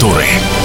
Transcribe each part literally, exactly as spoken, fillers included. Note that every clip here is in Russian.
культуры.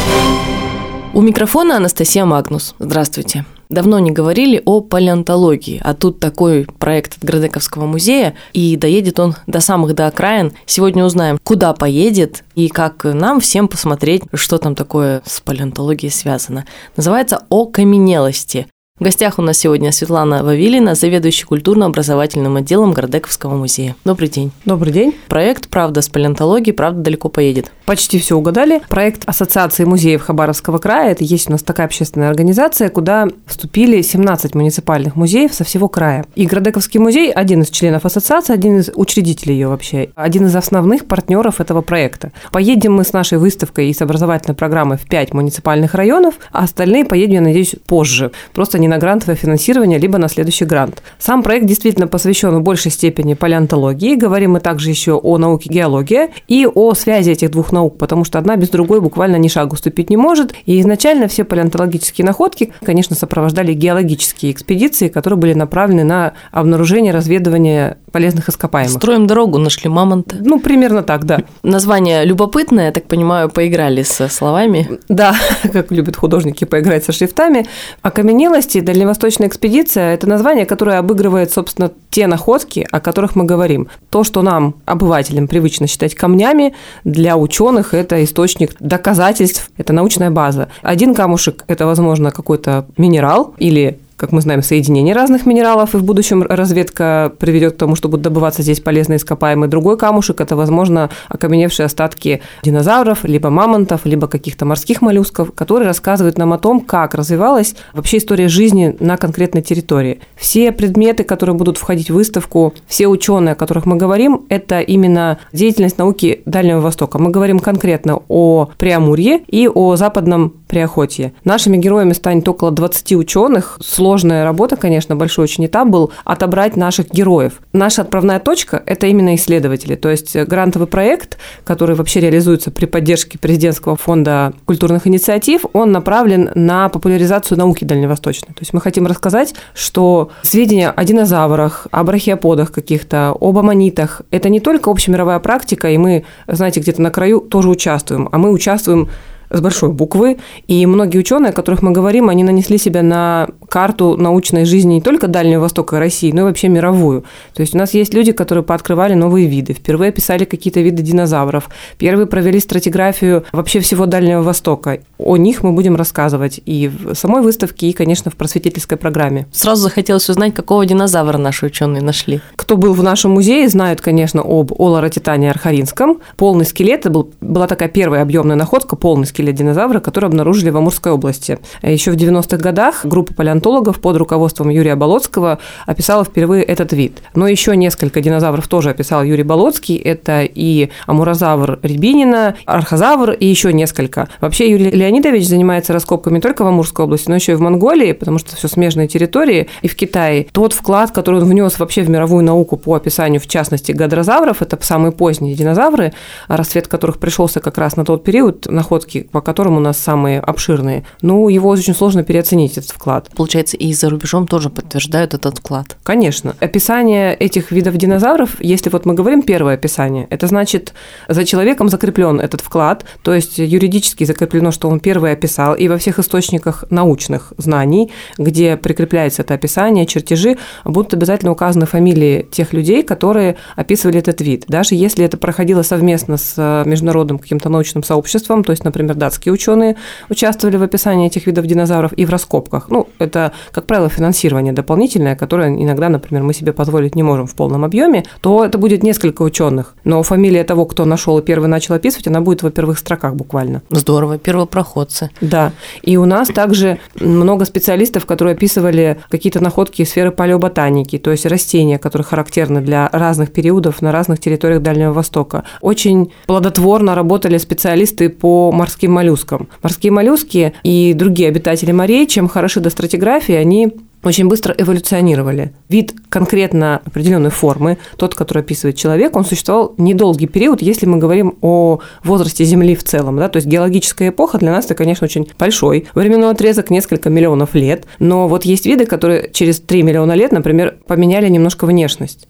У микрофона Анастасия Магнус. Здравствуйте. Давно не говорили о палеонтологии, а тут такой проект от Градековского музея, и доедет он до самых до окраин. Сегодня узнаем, куда поедет и как нам всем посмотреть, что там такое с палеонтологией связано. Называется «Окаменелости». В гостях у нас сегодня Светлана Вавилина, заведующая культурно-образовательным отделом Градековского музея. Добрый день. Добрый день. Проект «Правда с палеонтологией», «Правда далеко поедет». Почти все угадали. Проект Ассоциации музеев Хабаровского края. Это есть у нас такая общественная организация, куда вступили семнадцать муниципальных музеев со всего края. И Градековский музей – один из членов ассоциации, один из учредителей ее вообще, один из основных партнеров этого проекта. Поедем мы с нашей выставкой и с образовательной программой в пять муниципальных районов, а остальные поедем, я надеюсь, позже. Просто не на грантовое финансирование, либо на следующий грант. Сам проект действительно посвящен в большей степени палеонтологии. Говорим мы также еще о науке геология и о связи этих двух наук, потому что одна без другой буквально ни шагу ступить не может. И изначально все палеонтологические находки, конечно, сопровождали геологические экспедиции, которые были направлены на обнаружение, разведывание полезных ископаемых. Строим дорогу, нашли мамонта. Ну, примерно так, да. Название любопытное, я так понимаю, поиграли со словами. Да, как любят художники поиграть со шрифтами. Окаменелости, дальневосточная экспедиция – это название, которое обыгрывает, собственно, те находки, о которых мы говорим. То, что нам, обывателям, привычно считать камнями, для ученых это источник доказательств, это научная база. Один камушек – это, возможно, какой-то минерал или, как мы знаем, соединение разных минералов, и в будущем разведка приведет к тому, что будут добываться здесь полезные ископаемые. Другой камушек – это, возможно, окаменевшие остатки динозавров, либо мамонтов, либо каких-то морских моллюсков, которые рассказывают нам о том, как развивалась вообще история жизни на конкретной территории. Все предметы, которые будут входить в выставку, все ученые, о которых мы говорим, это именно деятельность науки Дальнего Востока. Мы говорим конкретно о Преамурье и о Западном Преохотье. Нашими героями станет около двадцати ученых. Сложная работа, конечно, большой очень этап был отобрать наших героев. Наша отправная точка – это именно исследователи. То есть грантовый проект, который вообще реализуется при поддержке президентского фонда культурных инициатив, он направлен на популяризацию науки дальневосточной. То есть мы хотим рассказать, что сведения о динозаврах, о брахиоподах каких-то, об аммонитах – это не только общемировая практика, и мы, знаете, где-то на краю тоже участвуем, а мы участвуем с большой буквы, и многие ученые, о которых мы говорим, они нанесли себя на карту научной жизни не только Дальнего Востока и России, но и вообще мировую. То есть у нас есть люди, которые пооткрывали новые виды, впервые описали какие-то виды динозавров, первые провели стратиграфию вообще всего Дальнего Востока. О них мы будем рассказывать и в самой выставке, и, конечно, в просветительской программе. Сразу захотелось узнать, какого динозавра наши ученые нашли. Кто был в нашем музее, знают, конечно, об олоротитане архаринском. Полный скелет, это был, была такая первая объемная находка, полный скелет динозавра, который обнаружили в Амурской области. Еще в девяностых годах группа палеонтологов под руководством Юрия Болоцкого описала впервые этот вид. Но еще несколько динозавров тоже описал Юрий Болоцкий. Это и амурозавр Рябинина, архозавр и еще несколько. Вообще Юрий Леонидович занимается раскопками не только в Амурской области, но еще и в Монголии, потому что все смежные территории, и в Китае. Тот вклад, который он внес вообще в мировую науку по описанию, в частности, гадрозавров, это самые поздние динозавры, рассвет которых пришелся как раз на тот период, находки по которым у нас самые обширные. Ну, его очень сложно переоценить, этот вклад. Получается, и за рубежом тоже подтверждают этот вклад. Конечно. Описание этих видов динозавров, если вот мы говорим первое описание, это значит, за человеком закреплен этот вклад, то есть юридически закреплено, что он первый описал, и во всех источниках научных знаний, где прикрепляется это описание, чертежи, будут обязательно указаны фамилии тех людей, которые описывали этот вид. Даже если это проходило совместно с международным каким-то научным сообществом, то есть, например, датские ученые участвовали в описании этих видов динозавров и в раскопках. Ну, это, как правило, финансирование дополнительное, которое иногда, например, мы себе позволить не можем в полном объеме, то это будет несколько ученых. Но фамилия того, кто нашел и первый начал описывать, она будет в первых строках буквально. Здорово, первопроходцы. Да. И у нас также много специалистов, которые описывали какие-то находки из сферы палеоботаники, то есть растения, которые характерны для разных периодов на разных территориях Дальнего Востока. Очень плодотворно работали специалисты по морским моллюскам. Морские моллюски и другие обитатели морей, чем хороши до стратиграфии, они очень быстро эволюционировали. Вид конкретно определенной формы, тот, который описывает человек, он существовал недолгий период, если мы говорим о возрасте Земли в целом. Да? То есть геологическая эпоха для нас это, конечно, очень большой временной отрезок, несколько миллионов лет. Но вот есть виды, которые через три миллиона лет, например, поменяли немножко внешность.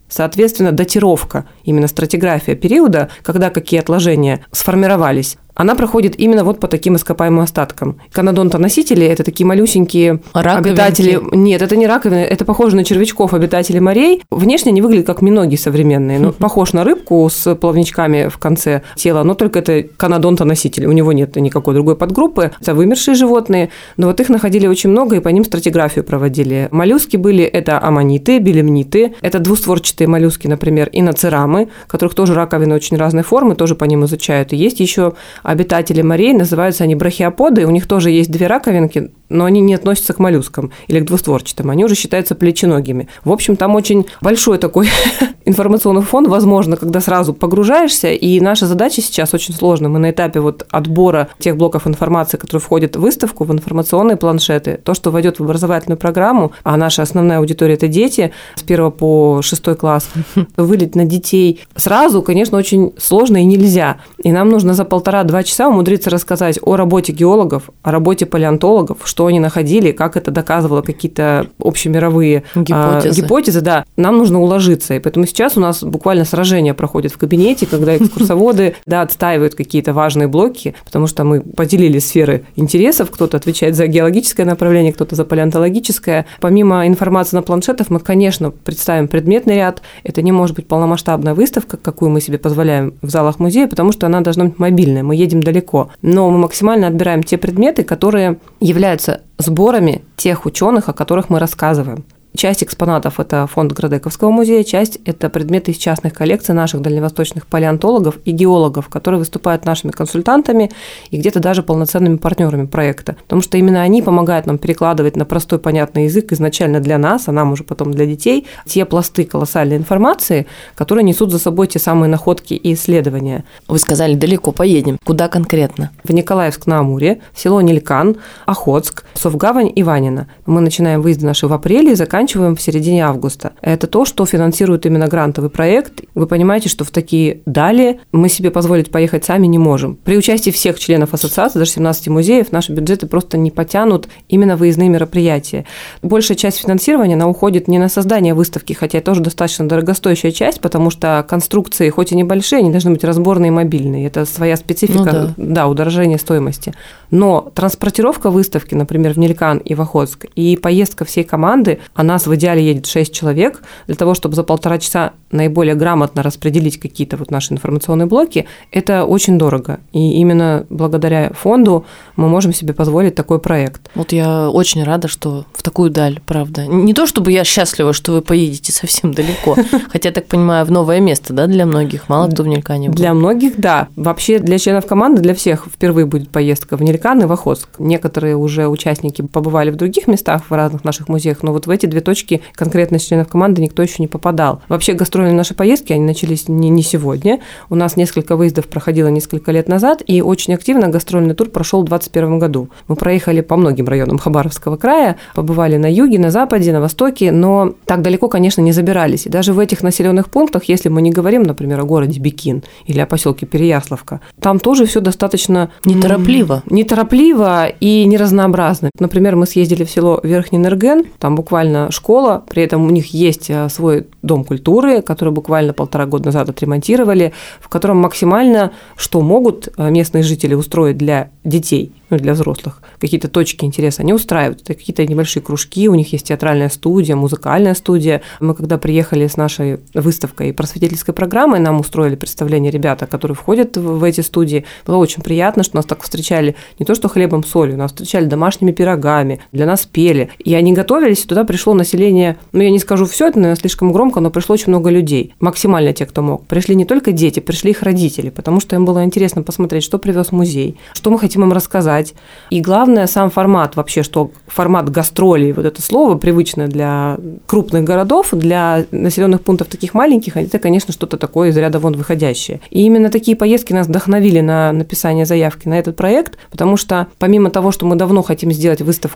Соответственно, датировка, именно стратиграфия периода, когда какие отложения сформировались, она проходит именно вот по таким ископаемым остаткам. Конодонтоносители – это такие малюсенькие раковинки. Обитатели… Нет, это не раковины, это похоже на червячков, обитатели морей. Внешне они выглядят как миноги современные. Ну, похож на рыбку с плавничками в конце тела, но только это конодонтоносители. У него нет никакой другой подгруппы. Это вымершие животные, но вот их находили очень много, и по ним стратиграфию проводили. Моллюски были – это аммониты, белемниты, это двустворчатые моллюски, например, иноцерамы, которых тоже раковины очень разной формы, тоже по ним изучают. И есть еще обитатели морей, называются они брахиоподы, у них тоже есть две раковинки, но они не относятся к моллюскам или к двустворчатым, они уже считаются плеченогими. В общем, там очень большой такой информационный фон, возможно, когда сразу погружаешься, и наша задача сейчас очень сложная. Мы на этапе вот отбора тех блоков информации, которые входят в выставку, в информационные планшеты, то, что войдет в образовательную программу, а наша основная аудитория – это дети с первого по шестой класс, вылить на детей сразу, конечно, очень сложно и нельзя. И нам нужно за полтора-два часа умудриться рассказать о работе геологов, о работе палеонтологов, что они находили, как это доказывало какие-то общемировые гипотезы. А, гипотезы, да. Нам нужно уложиться. И поэтому сейчас у нас буквально сражение проходит в кабинете, когда экскурсоводы да, отстаивают какие-то важные блоки, потому что мы поделили сферы интересов, кто-то отвечает за геологическое направление, кто-то за палеонтологическое. Помимо информации на планшетах, мы, конечно, представим предметный ряд. Это не может быть полномасштабная выставка, какую мы себе позволяем в залах музея, потому что она должна быть мобильная, мы едем далеко. Но мы максимально отбираем те предметы, которые являются сборами тех ученых, о которых мы рассказываем. Часть экспонатов – это фонд Градековского музея, часть – это предметы из частных коллекций наших дальневосточных палеонтологов и геологов, которые выступают нашими консультантами и где-то даже полноценными партнерами проекта. Потому что именно они помогают нам перекладывать на простой понятный язык изначально для нас, а нам уже потом для детей, те пласты колоссальной информации, которые несут за собой те самые находки и исследования. Вы сказали, далеко поедем. Куда конкретно? В Николаевск-на-Амуре, в село Нелькан, Охотск, Совгавань и Ванино. Мы начинаем выезды наши в апреле и заканчиваем заканчиваем в середине августа. Это то, что финансирует именно грантовый проект. Вы понимаете, что в такие дали мы себе позволить поехать сами не можем. При участии всех членов ассоциации, даже семнадцати музеев, наши бюджеты просто не потянут именно выездные мероприятия. Большая часть финансирования, она уходит не на создание выставки, хотя это тоже достаточно дорогостоящая часть, потому что конструкции, хоть и небольшие, они должны быть разборные и мобильные. Это своя специфика, ну, да. да, удорожание стоимости. Но транспортировка выставки, например, в Нелькан и в Охотск, и поездка всей команды, а нас в идеале едет шесть человек, для того, чтобы за полтора часа наиболее грамотно распределить какие-то вот наши информационные блоки, это очень дорого. И именно благодаря фонду мы можем себе позволить такой проект. Вот я очень рада, что в такую даль, правда. Не то, чтобы я счастлива, что вы поедете совсем далеко, хотя, я так понимаю, в новое место, да, для многих, мало кто в Нелькане был. Для многих, да. Вообще для членов команды, для всех впервые будет поездка в Нелькан и в Охотск. Некоторые уже участники побывали в других местах, в разных наших музеях, но вот в эти две точки конкретно из членов команды никто еще не попадал. Вообще гастрольные наши поездки, они начались не, не сегодня. У нас несколько выездов проходило несколько лет назад, и очень активно гастрольный тур прошел в двадцать первом году. Мы проехали по многим районам Хабаровского края, побывали на юге, на западе, на востоке, но так далеко, конечно, не забирались. И даже в этих населенных пунктах, если мы не говорим, например, о городе Бикин или о поселке Переяславка, там тоже все достаточно неторопливо. Неторопливо и неразнообразно. Например, мы съездили в село Верхний Нерген, там буквально школа, при этом у них есть свой дом культуры, который буквально полтора года назад отремонтировали, в котором максимально, что могут местные жители устроить для детей, ну, для взрослых, какие-то точки интереса, они устраивают. Это какие-то небольшие кружки, у них есть театральная студия, музыкальная студия. Мы когда приехали с нашей выставкой и просветительской программой, нам устроили представление ребята, которые входят в эти студии. Было очень приятно, что нас так встречали не то что хлебом, солью, нас встречали домашними пирогами, для нас пели. И они готовились, и туда пришло население, ну, я не скажу все, это, наверное, слишком громко, но пришло очень много людей, максимально те, кто мог. Пришли не только дети, пришли их родители, потому что им было интересно посмотреть, что привез музей, что мы хотим им рассказать. И главное, сам формат вообще, что формат гастролей, вот это слово привычное для крупных городов, для населенных пунктов таких маленьких, это, конечно, что-то такое из ряда вон выходящее. И именно такие поездки нас вдохновили на написание заявки на этот проект, потому что помимо того, что мы давно хотим сделать выставку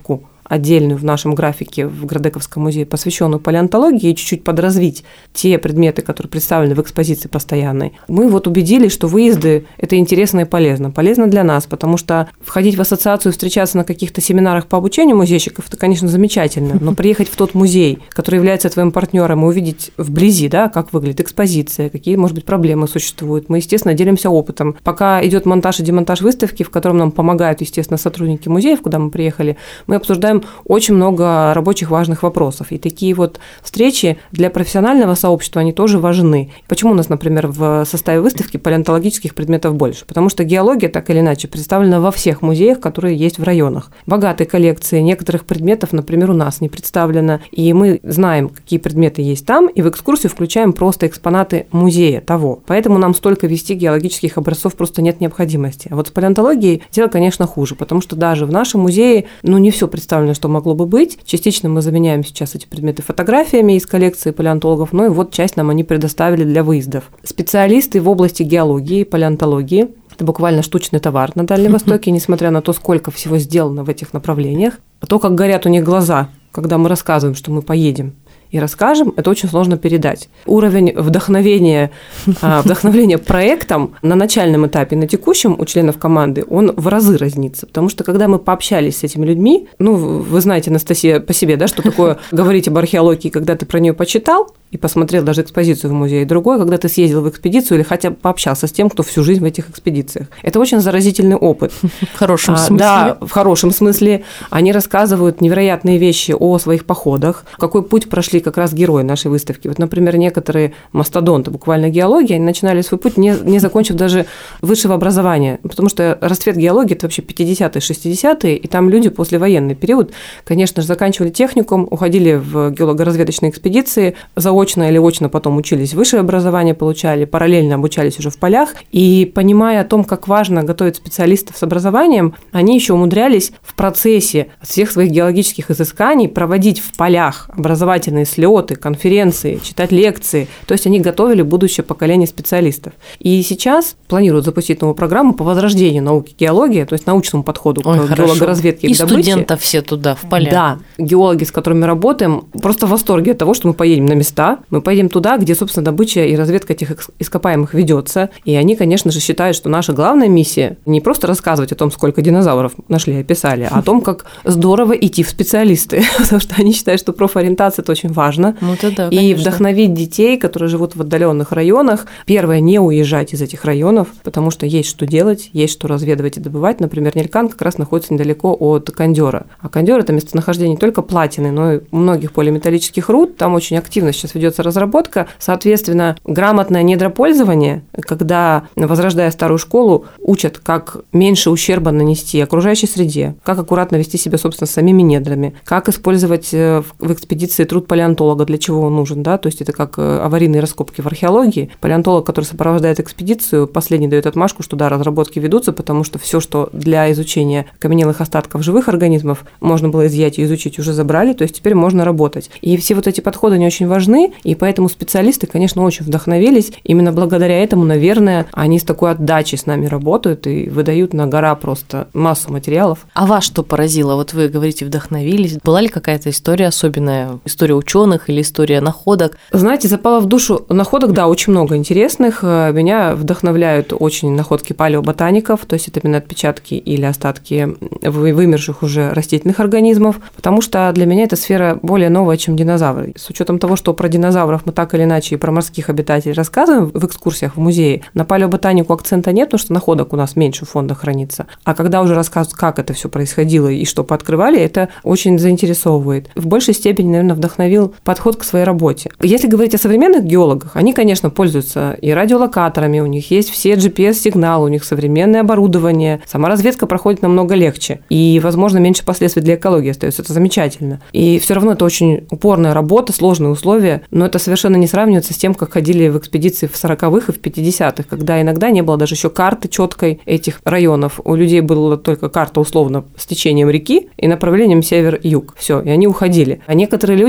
отдельную в нашем графике в Градековском музее, посвященную палеонтологии, и чуть-чуть подразвить те предметы, которые представлены в экспозиции постоянной, мы вот убедились, что выезды – это интересно и полезно. Полезно для нас, потому что входить в ассоциацию, встречаться на каких-то семинарах по обучению музейщиков – это, конечно, замечательно, но приехать в тот музей, который является твоим партнером, и увидеть вблизи, да, как выглядит экспозиция, какие, может быть, проблемы существуют. Мы, естественно, делимся опытом. Пока идет монтаж и демонтаж выставки, в котором нам помогают, естественно, сотрудники музеев, куда мы приехали, мы обсуждаем очень много рабочих важных вопросов. И такие вот встречи для профессионального сообщества, они тоже важны. Почему у нас, например, в составе выставки палеонтологических предметов больше? Потому что геология, так или иначе, представлена во всех музеях, которые есть в районах. Богатые коллекции некоторых предметов, например, у нас не представлено, и мы знаем, какие предметы есть там, и в экскурсию включаем просто экспонаты музея того. Поэтому нам столько вести геологических образцов просто нет необходимости. А вот с палеонтологией дело, конечно, хуже, потому что даже в нашем музее, ну, не все представлено, что могло бы быть. Частично мы заменяем сейчас эти предметы фотографиями из коллекции палеонтологов, ну и вот часть нам они предоставили для выездов. Специалисты в области геологии, палеонтологии – это буквально штучный товар на Дальнем Востоке, несмотря на то, сколько всего сделано в этих направлениях. А то, как горят у них глаза, когда мы рассказываем, что мы поедем и расскажем, это очень сложно передать. Уровень вдохновения, вдохновения проектом на начальном этапе, на текущем у членов команды, он в разы разнится. Потому что, когда мы пообщались с этими людьми, ну, вы знаете, Анастасия, по себе, да, что такое говорить об археологии, когда ты про нее почитал и посмотрел даже экспозицию в музее, и другое, когда ты съездил в экспедицию или хотя бы пообщался с тем, кто всю жизнь в этих экспедициях. Это очень заразительный опыт. В хорошем смысле. Да, в хорошем смысле. Они рассказывают невероятные вещи о своих походах, какой путь прошли как раз герои нашей выставки. Вот, например, некоторые мастодонты буквально геологии, они начинали свой путь, не, не закончив даже высшего образования, потому что расцвет геологии – это вообще пятидесятые, шестидесятые, и там люди послевоенный период, конечно же, заканчивали техникум, уходили в геолого-разведочные экспедиции, заочно или очно потом учились, высшее образование получали, параллельно обучались уже в полях, и понимая о том, как важно готовить специалистов с образованием, они еще умудрялись в процессе всех своих геологических изысканий проводить в полях образовательные слеты, конференции, читать лекции. То есть они готовили будущее поколение специалистов. И сейчас планируют запустить новую программу по возрождению науки геологии, то есть научному подходу Ой, к геологоразведке и к добыче. И студентов все туда, в поля. Да. Геологи, с которыми мы работаем, просто в восторге от того, что мы поедем на места, мы поедем туда, где, собственно, добыча и разведка этих ископаемых ведется. И они, конечно же, считают, что наша главная миссия не просто рассказывать о том, сколько динозавров нашли и описали, а о том, как здорово идти в специалисты. Потому что они считают, что профориентация – это очень важно. Ну, это да, и конечно. Вдохновить детей, которые живут в отдаленных районах. Первое, не уезжать из этих районов, потому что есть что делать, есть что разведывать и добывать. Например, Нелькан как раз находится недалеко от Кандёра. А Кандёр – это местонахождение не только платины, но и многих полиметаллических руд. Там очень активно сейчас ведется разработка. Соответственно, грамотное недропользование, когда, возрождая старую школу, учат, как меньше ущерба нанести окружающей среде, как аккуратно вести себя, собственно, с самими недрами, как использовать в экспедиции труд палеонтолога, для чего он нужен, да, то есть это как аварийные раскопки в археологии. Палеонтолог, который сопровождает экспедицию, последний дает отмашку, что да, разработки ведутся, потому что все, что для изучения окаменелых остатков живых организмов можно было изъять и изучить, уже забрали, то есть теперь можно работать. И все вот эти подходы, они очень важны, и поэтому специалисты, конечно, очень вдохновились. Именно благодаря этому, наверное, они с такой отдачей с нами работают и выдают на гора просто массу материалов. А вас что поразило? Вот вы говорите, вдохновились. Была ли какая-то история особенная? История ученых или история находок? Знаете, запала в душу находок, да, очень много интересных. Меня вдохновляют очень находки палеоботаников, то есть это именно отпечатки или остатки вымерших уже растительных организмов, потому что для меня эта сфера более новая, чем динозавры. С учетом того, что про динозавров мы так или иначе и про морских обитателей рассказываем в экскурсиях в музее, на палеоботанику акцента нет, потому что находок у нас меньше в фондах хранится. А когда уже рассказывают, как это все происходило и что пооткрывали, это очень заинтересовывает. В большей степени, наверное, вдохновил подход к своей работе. Если говорить о современных геологах, они, конечно, пользуются и радиолокаторами, у них есть все джи пи эс-сигналы, у них современное оборудование, сама разведка проходит намного легче, и, возможно, меньше последствий для экологии остается. Это замечательно. И все равно это очень упорная работа, сложные условия, но это совершенно не сравнивается с тем, как ходили в экспедиции в сороковых и в пятидесятых, когда иногда не было даже еще карты четкой этих районов. У людей была только карта условно с течением реки и направлением север-юг. Все, и они уходили. А некоторые люди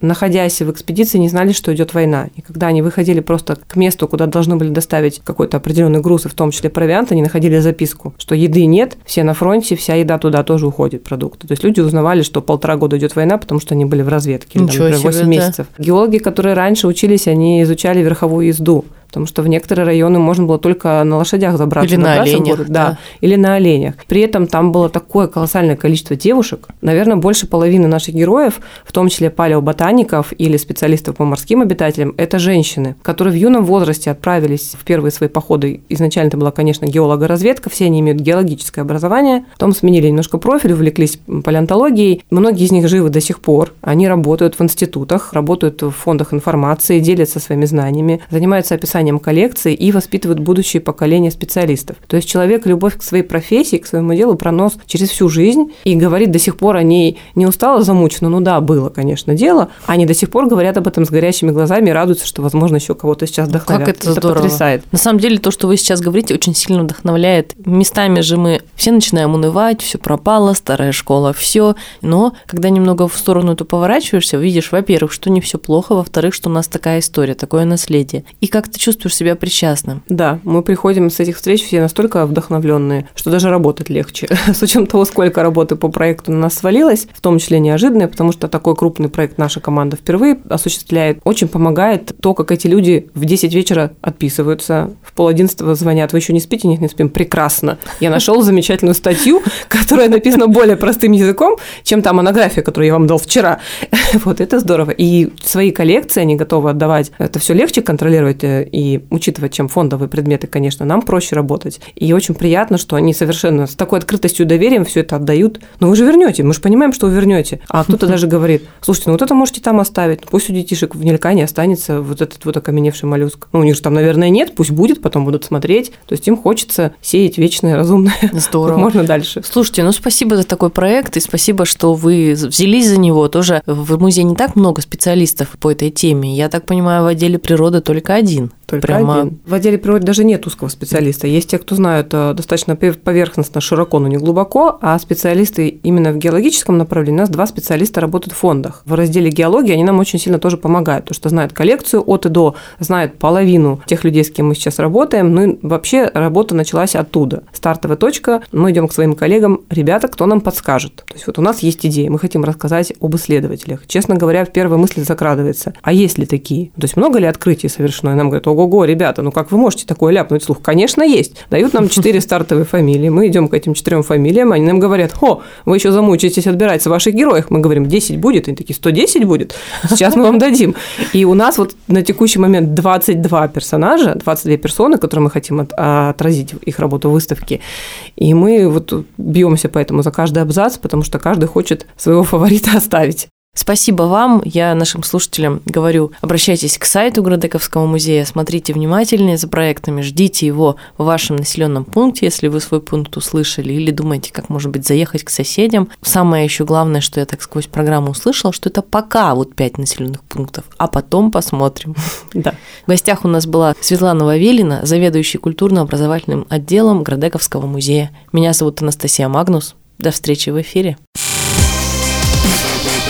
находясь в экспедиции, не знали, что идет война. И когда они выходили просто к месту, куда должны были доставить какой-то определенный груз, и в том числе провиант, они находили записку, что еды нет, все на фронте, вся еда туда тоже уходит, продукты. То есть люди узнавали, что полтора года идет война, потому что они были в разведке, или, там, например, восемь месяцев. Геологи, которые раньше учились, они изучали верховую езду, потому что в некоторые районы можно было только на лошадях забраться. Или на оленях. Да, да, или на оленях. При этом там было такое колоссальное количество девушек, наверное, больше половины наших героев, в том числе палеоботаников или специалистов по морским обитателям, это женщины, которые в юном возрасте отправились в первые свои походы. Изначально это была, конечно, геологоразведка, все они имеют геологическое образование, потом сменили немножко профиль, увлеклись палеонтологией. Многие из них живы до сих пор, они работают в институтах, работают в фондах информации, делятся своими знаниями, занимаются описанием коллекции и воспитывают будущее поколение специалистов. То есть человек любовь к своей профессии, к своему делу пронос через всю жизнь и говорит до сих пор о ней не устало, замучено, ну да, было, конечно, дело, они до сих пор говорят об этом с горящими глазами и радуются, что, возможно, еще кого-то сейчас вдохновят. Как это, это здорово. Потрясает. На самом деле, то, что вы сейчас говорите, очень сильно вдохновляет. Местами же мы все начинаем унывать, все пропало, старая школа, все. Но когда немного в сторону эту поворачиваешься, видишь, во-первых, что не все плохо, во-вторых, что у нас такая история, такое наследие. И как ты чувствуешь себя причастным. Да, мы приходим с этих встреч все настолько вдохновленные, что даже работать легче. С учетом того, сколько работы по проекту на нас свалилось, в том числе неожиданное, потому что такой крупный проект наша команда впервые осуществляет. Очень помогает то, как эти люди в десять вечера отписываются, в пол одиннадцатого звонят: вы еще не спите? Нет, не спим. Прекрасно. Я нашел замечательную статью, которая написана более простым языком, чем та монография, которую я вам дал вчера. Вот это здорово. И свои коллекции они готовы отдавать. Это все легче контролировать и учитывая, чем фондовые предметы, конечно, нам проще работать. И очень приятно, что они совершенно с такой открытостью и доверием все это отдают. Но вы же вернете, мы же понимаем, что вы вернете. А кто-то даже говорит: слушайте, ну вот это можете там оставить, пусть у детишек в Нелькане останется вот этот вот окаменевший моллюск. Ну, у них же там, наверное, нет, пусть будет, потом будут смотреть. То есть им хочется сеять вечное, разумное. Здорово. Как можно дальше. Слушайте, ну спасибо за такой проект, и спасибо, что вы взялись за него. Тоже в музее не так много специалистов по этой теме. Я так понимаю, в отделе природы только один. Только Прямо... один. В отделе природы даже нет узкого специалиста. Есть те, кто знают достаточно поверхностно, широко, но не глубоко, а специалисты именно в геологическом направлении. У нас два специалиста работают в фондах. В разделе геологии они нам очень сильно тоже помогают, потому что знают коллекцию от и до, знают половину тех людей, с кем мы сейчас работаем. Ну и вообще работа началась оттуда. Стартовая точка. Мы идем к своим коллегам: ребята, кто нам подскажет? То есть вот у нас есть идеи, мы хотим рассказать об исследователях. Честно говоря, в первой мысли закрадывается: а есть ли такие? То есть много ли открытий совершено? И нам говорят: ого-го, ребята, ну как вы можете такое ляпнуть вслух? Конечно, есть. Дают нам четыре стартовые фамилии. Мы идем к этим четырем фамилиям, они нам говорят: о, вы еще замучаетесь отбирать в ваших героях. Мы говорим: десять будет? Они такие: сто десять будет? Сейчас мы вам дадим. И у нас вот на текущий момент двадцать два персонажа, двадцать две персоны, которые мы хотим от, отразить их работу в выставке. И мы вот бьемся поэтому за каждый абзац, потому что каждый хочет своего фаворита оставить. Спасибо вам. Я нашим слушателям говорю: обращайтесь к сайту Градековского музея, смотрите внимательнее за проектами, ждите его в вашем населенном пункте, если вы свой пункт услышали, или думаете, как, может быть, заехать к соседям. Самое еще главное, что я так сквозь программу услышала, что это пока вот пять населенных пунктов, а потом посмотрим. Да. В гостях у нас была Светлана Вавелина, заведующий культурно-образовательным отделом Градековского музея. Меня зовут Анастасия Магнус. До встречи в эфире.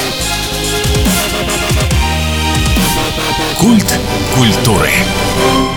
Культ культуры.